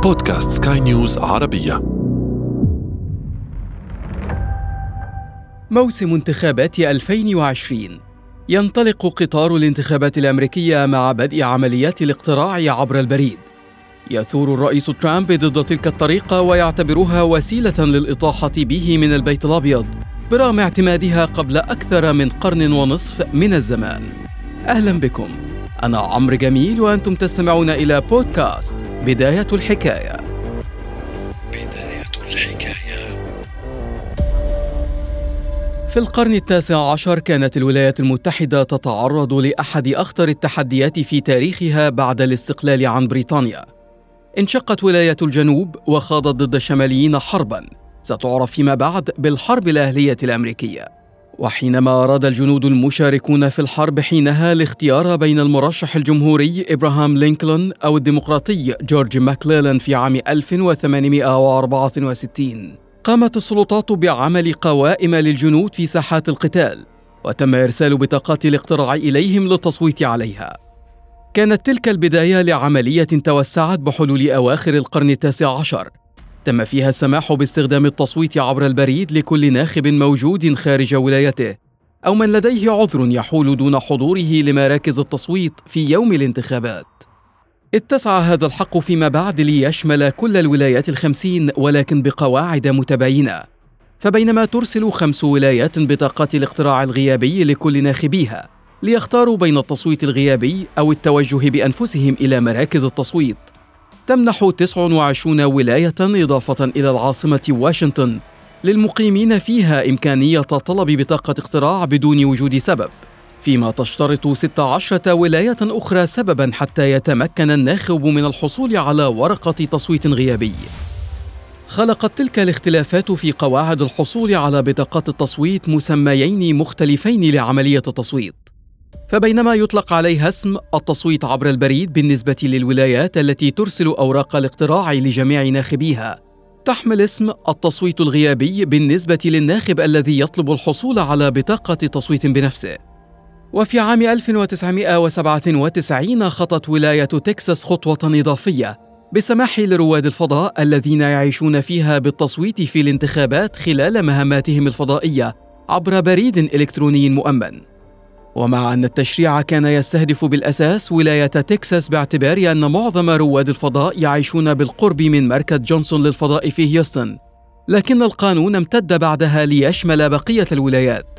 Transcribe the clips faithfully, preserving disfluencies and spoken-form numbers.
بودكاست سكاي نيوز عربية. موسم انتخابات ألفين وعشرين. ينطلق قطار الانتخابات الأمريكية مع بدء عمليات الاقتراع عبر البريد. يثور الرئيس ترامب ضد تلك الطريقة ويعتبرها وسيلة للإطاحة به من البيت الأبيض برغم اعتمادها قبل أكثر من قرن ونصف من الزمان. أهلا بكم، أنا عمرو جميل وأنتم تستمعون إلى بودكاست بداية الحكاية. بداية الحكاية. في القرن التاسع عشر كانت الولايات المتحدة تتعرض لأحد أخطر التحديات في تاريخها بعد الاستقلال عن بريطانيا. انشقت ولاية الجنوب وخاضت ضد الشماليين حرباً ستعرف فيما بعد بالحرب الأهلية الأمريكية. وحينما أراد الجنود المشاركون في الحرب حينها الاختيار بين المرشح الجمهوري إبراهام لينكولن أو الديمقراطي جورج ماكليلان في عام ألف وثمانمائة وأربعة وستين، قامت السلطات بعمل قوائم للجنود في ساحات القتال، وتم إرسال بطاقات الاقتراع إليهم للتصويت عليها. كانت تلك البداية لعملية توسعت بحلول أواخر القرن التاسع عشر، تم فيها السماح باستخدام التصويت عبر البريد لكل ناخب موجود خارج ولايته أو من لديه عذر يحول دون حضوره لمراكز التصويت في يوم الانتخابات. اتسع هذا الحق فيما بعد ليشمل كل الولايات الخمسين ولكن بقواعد متباينة، فبينما ترسل خمس ولايات بطاقات الاقتراع الغيابي لكل ناخبيها ليختاروا بين التصويت الغيابي أو التوجه بأنفسهم إلى مراكز التصويت، تمنح تسع وعشرين ولاية إضافة إلى العاصمة واشنطن للمقيمين فيها إمكانية طلب بطاقة اقتراع بدون وجود سبب، فيما تشترط ست عشرة ولاية أخرى سبباً حتى يتمكن الناخب من الحصول على ورقة تصويت غيابي. خلقت تلك الاختلافات في قواعد الحصول على بطاقات التصويت مسميين مختلفين لعملية التصويت، فبينما يطلق عليها اسم التصويت عبر البريد بالنسبة للولايات التي ترسل أوراق الاقتراع لجميع ناخبيها، تحمل اسم التصويت الغيابي بالنسبة للناخب الذي يطلب الحصول على بطاقة تصويت بنفسه. وفي عام ألف وتسعمائة وسبعة وتسعين خطت ولاية تكساس خطوة إضافية بسماح لرواد الفضاء الذين يعيشون فيها بالتصويت في الانتخابات خلال مهماتهم الفضائية عبر بريد إلكتروني مؤمن. ومع أن التشريع كان يستهدف بالأساس ولاية تكساس باعتبار أن معظم رواد الفضاء يعيشون بالقرب من مركز جونسون للفضاء في هيوستن، لكن القانون امتد بعدها ليشمل بقية الولايات.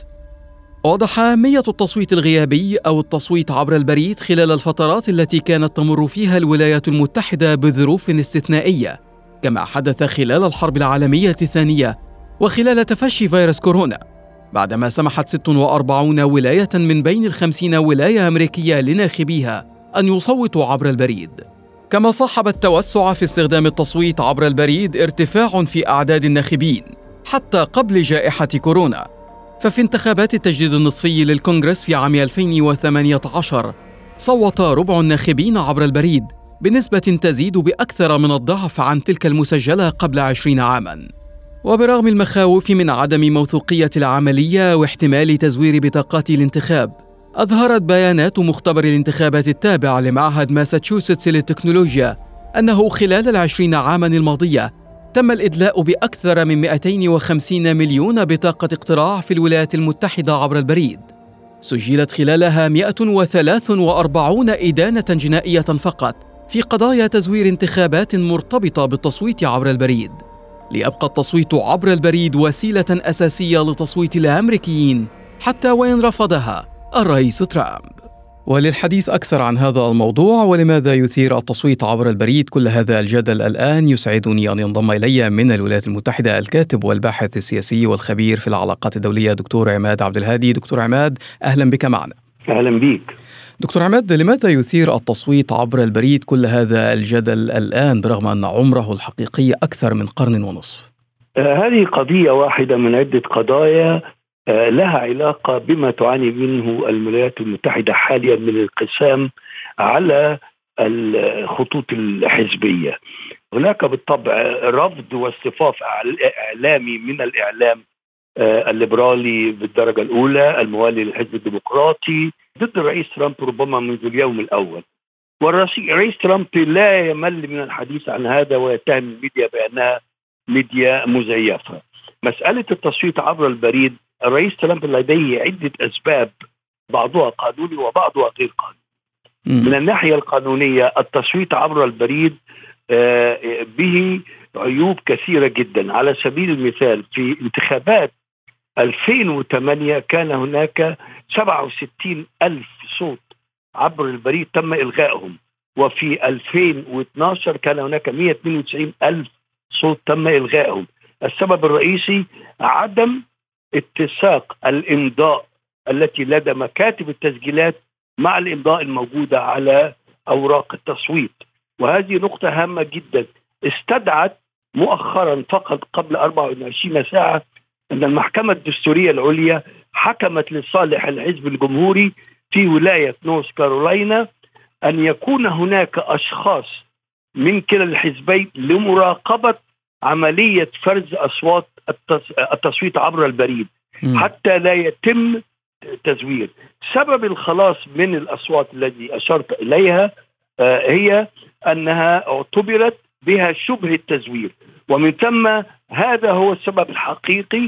وضح أهمية التصويت الغيابي أو التصويت عبر البريد خلال الفترات التي كانت تمر فيها الولايات المتحدة بظروف استثنائية، كما حدث خلال الحرب العالمية الثانية وخلال تفشي فيروس كورونا، بعدما سمحت ست وأربعين ولاية من بين الخمسين ولاية أمريكية لناخبيها أن يصوتوا عبر البريد. كما صاحب التوسع في استخدام التصويت عبر البريد ارتفاع في أعداد الناخبين حتى قبل جائحة كورونا، ففي انتخابات التجديد النصفي للكونغرس في عام ألفين وثمانية عشر صوت ربع الناخبين عبر البريد بنسبة تزيد بأكثر من الضعف عن تلك المسجلة قبل عشرين عاماً. وبرغم المخاوف من عدم موثوقية العملية واحتمال تزوير بطاقات الانتخاب، أظهرت بيانات مختبر الانتخابات التابع لمعهد ماساتشوستس للتكنولوجيا أنه خلال العشرين عاماً الماضية تم الإدلاء بأكثر من مئتين وخمسين مليون بطاقة اقتراع في الولايات المتحدة عبر البريد، سجلت خلالها مئة وثلاثة وأربعين إدانة جنائية فقط في قضايا تزوير انتخابات مرتبطة بالتصويت عبر البريد. ليبقى التصويت عبر البريد وسيلة أساسية لتصويت الأمريكيين حتى وإن رفضها الرئيس ترامب. وللحديث أكثر عن هذا الموضوع ولماذا يثير التصويت عبر البريد كل هذا الجدل الآن، يسعدني أن ينضم إلي من الولايات المتحدة الكاتب والباحث السياسي والخبير في العلاقات الدولية دكتور عماد عبد الهادي. دكتور عماد، أهلا بك معنا. أهلا بك. دكتور عماد، لماذا يثير التصويت عبر البريد كل هذا الجدل الآن برغم أن عمره الحقيقي أكثر من قرن ونصف؟ آه هذه قضية واحدة من عدة قضايا آه لها علاقة بما تعاني منه الولايات المتحدة حاليا من الانقسام على الخطوط الحزبية. هناك بالطبع رفض واصطفاف إعلامي من الإعلام آه الليبرالي بالدرجة الأولى الموالي للحزب الديمقراطي ضد الرئيس ترامب ربما منذ اليوم الأول. والرئيس ترامب لا يمل من الحديث عن هذا ويتهم الميديا بأنها ميديا مزيفة. مسألة التصويت عبر البريد، الرئيس ترامب لديه عدة أسباب، بعضها قانوني وبعضها غير قانوني. من الناحية القانونية التصويت عبر البريد به عيوب كثيرة جدا. على سبيل المثال في انتخابات ألفين وثمانية كان هناك سبعة وستين ألف صوت عبر البريد تم إلغائهم، وفي ألفين واثني عشر كان هناك مئة واثنين وتسعين ألف صوت تم إلغائهم. السبب الرئيسي عدم اتساق الإمضاء التي لدى مكاتب التسجيلات مع الإمضاء الموجودة على أوراق التصويت، وهذه نقطة هامة جدا استدعت مؤخرا فقط قبل أربع وعشرين ساعة أن المحكمة الدستورية العليا حكمت لصالح الحزب الجمهوري في ولاية نورث كارولاينا أن يكون هناك أشخاص من كلا الحزبين لمراقبة عملية فرز أصوات التصويت عبر البريد حتى لا يتم تزوير. سبب الخلاص من الأصوات الذي أشرت إليها هي أنها اعتبرت بها شبه التزوير، ومن ثم هذا هو السبب الحقيقي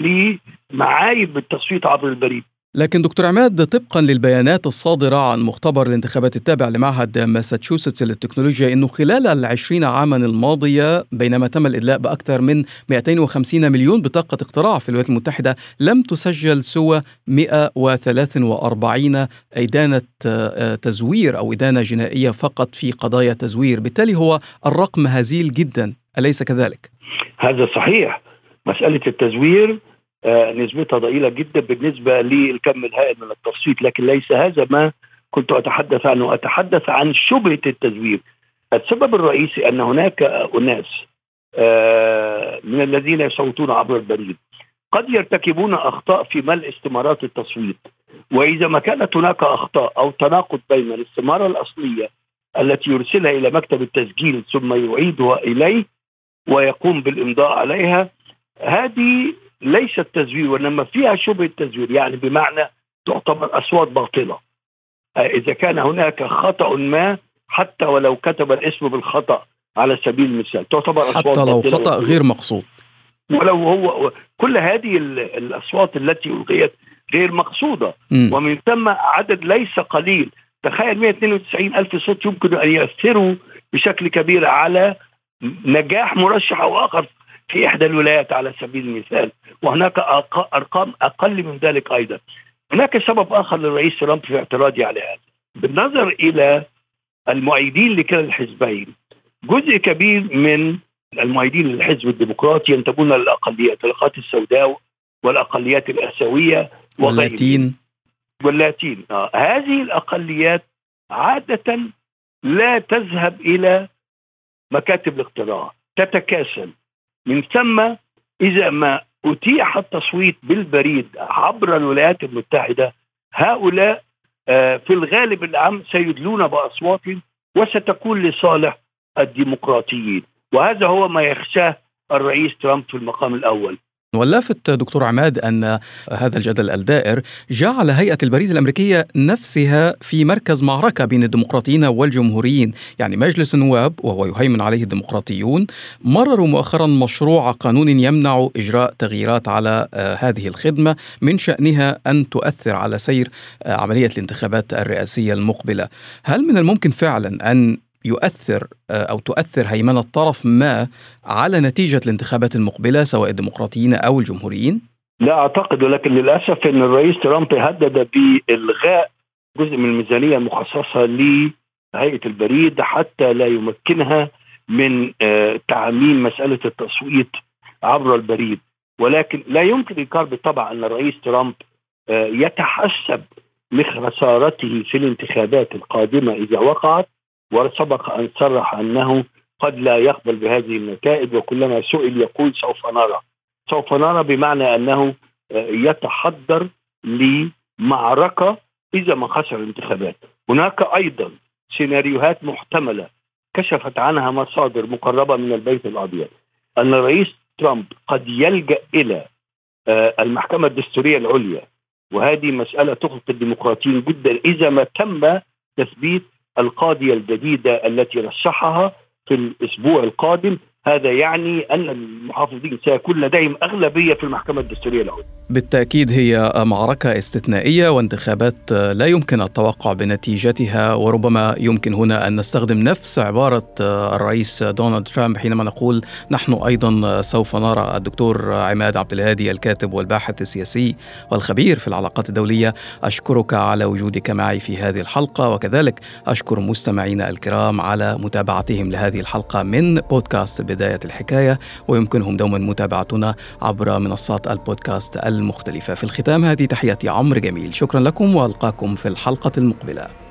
لمعايب التصويت عبر البريد. لكن دكتور عماد، طبقا للبيانات الصادرة عن مختبر الانتخابات التابع لمعهد ماساتشوستس للتكنولوجيا، أنه خلال العشرين عاما الماضية بينما تم الإدلاء بأكثر من مئتين وخمسين مليون بطاقة اقتراع في الولايات المتحدة، لم تسجل سوى مئة وثلاثة وأربعين إدانة تزوير أو إدانة جنائية فقط في قضايا تزوير. بالتالي هو الرقم هزيل جدا، أليس كذلك؟ هذا صحيح. مسألة التزوير آه نسبتها ضئيلة جدا بالنسبة للكم الهائل من التصويت، لكن ليس هذا ما كنت أتحدث عنه. أتحدث عن شبهة التزوير. السبب الرئيسي أن هناك أناس آه من الذين يصوتون عبر البريد قد يرتكبون أخطاء في ملء استمارات التصويت، وإذا ما كانت هناك أخطاء أو تناقض بين الاستمارة الأصلية التي يرسلها إلى مكتب التسجيل ثم يعيدها إليه ويقوم بالإمضاء عليها، هذه ليست تزوير وإنما فيها شبه تزوير، يعني بمعنى تعتبر أصوات باطلة. إذا كان هناك خطأ ما حتى ولو كتب الاسم بالخطأ على سبيل المثال تعتبر أصوات حتى لو باطلة خطأ غير مقصود، ولو هو كل هذه الأصوات التي ألغيت غير مقصودة. م. ومن ثم عدد ليس قليل، تخيل مئة واثنين وتسعين ألف صوت يمكن أن يؤثروا بشكل كبير على نجاح مرشح أو آخر في إحدى الولايات على سبيل المثال، وهناك أرقام أقل من ذلك أيضا. هناك سبب آخر للرئيس ترامب في اعتراضي على هذا. بالنظر إلى المؤيدين لكلا الحزبين، جزء كبير من المؤيدين للحزب الديمقراطي ينتمون للأقليات، الأقليات السوداء والأقليات الآسيوية واللاتين واللاتين آه. هذه الأقليات عادة لا تذهب إلى مكاتب الاقتراع، تتكاسل. من ثم إذا ما أتيح التصويت بالبريد عبر الولايات المتحدة، هؤلاء آه في الغالب العام سيدلون بأصواتهم وستكون لصالح الديمقراطيين، وهذا هو ما يخشاه الرئيس ترامب في المقام الأول. واللافت دكتور عماد أن هذا الجدل الدائر جعل هيئة البريد الأمريكية نفسها في مركز معركة بين الديمقراطيين والجمهوريين. يعني مجلس النواب وهو يهيمن عليه الديمقراطيون مرروا مؤخرا مشروع قانون يمنع إجراء تغييرات على هذه الخدمة من شأنها أن تؤثر على سير عملية الانتخابات الرئاسية المقبلة. هل من الممكن فعلا أن يؤثر أو تؤثر هيمنة طرف ما على نتيجة الانتخابات المقبلة سواء الديمقراطيين أو الجمهوريين؟ لا أعتقد، ولكن للأسف أن الرئيس ترامب هدد بإلغاء جزء من الميزانية المخصصة لهيئة البريد حتى لا يمكنها من تعميم مسألة التصويت عبر البريد. ولكن لا يمكن إنكار بالطبع أن الرئيس ترامب يتحسب لخسارته في الانتخابات القادمة إذا وقعت، وسبق أن صرح أنه قد لا يقبل بهذه النتائج، وكلما سئل يقول سوف نرى. سوف نرى بمعنى أنه يتحضر لمعركة إذا ما خسر الانتخابات. هناك أيضا سيناريوهات محتملة كشفت عنها مصادر مقربة من البيت الأبيض، أن الرئيس ترامب قد يلجأ إلى المحكمة الدستورية العليا، وهذه مسألة تخص الديمقراطيين جدا إذا ما تم تثبيت القاضية الجديدة التي رشحها في الأسبوع القادم، هذا يعني أن المحافظين سيكون لديهم أغلبية في المحكمة الدستورية العليا. بالتأكيد هي معركة استثنائية وانتخابات لا يمكن التوقع بنتيجتها، وربما يمكن هنا أن نستخدم نفس عبارة الرئيس دونالد ترامب حينما نقول نحن أيضا سوف نرى. الدكتور عماد عبد الهادي، الكاتب والباحث السياسي والخبير في العلاقات الدولية، أشكرك على وجودك معي في هذه الحلقة، وكذلك أشكر مستمعينا الكرام على متابعتهم لهذه الحلقة من بودكاست بداية الحكاية، ويمكنهم دوما متابعتنا عبر منصات البودكاست المختلفة. في الختام هذه تحياتي عمرو جميل، شكرا لكم وألقاكم في الحلقة المقبلة.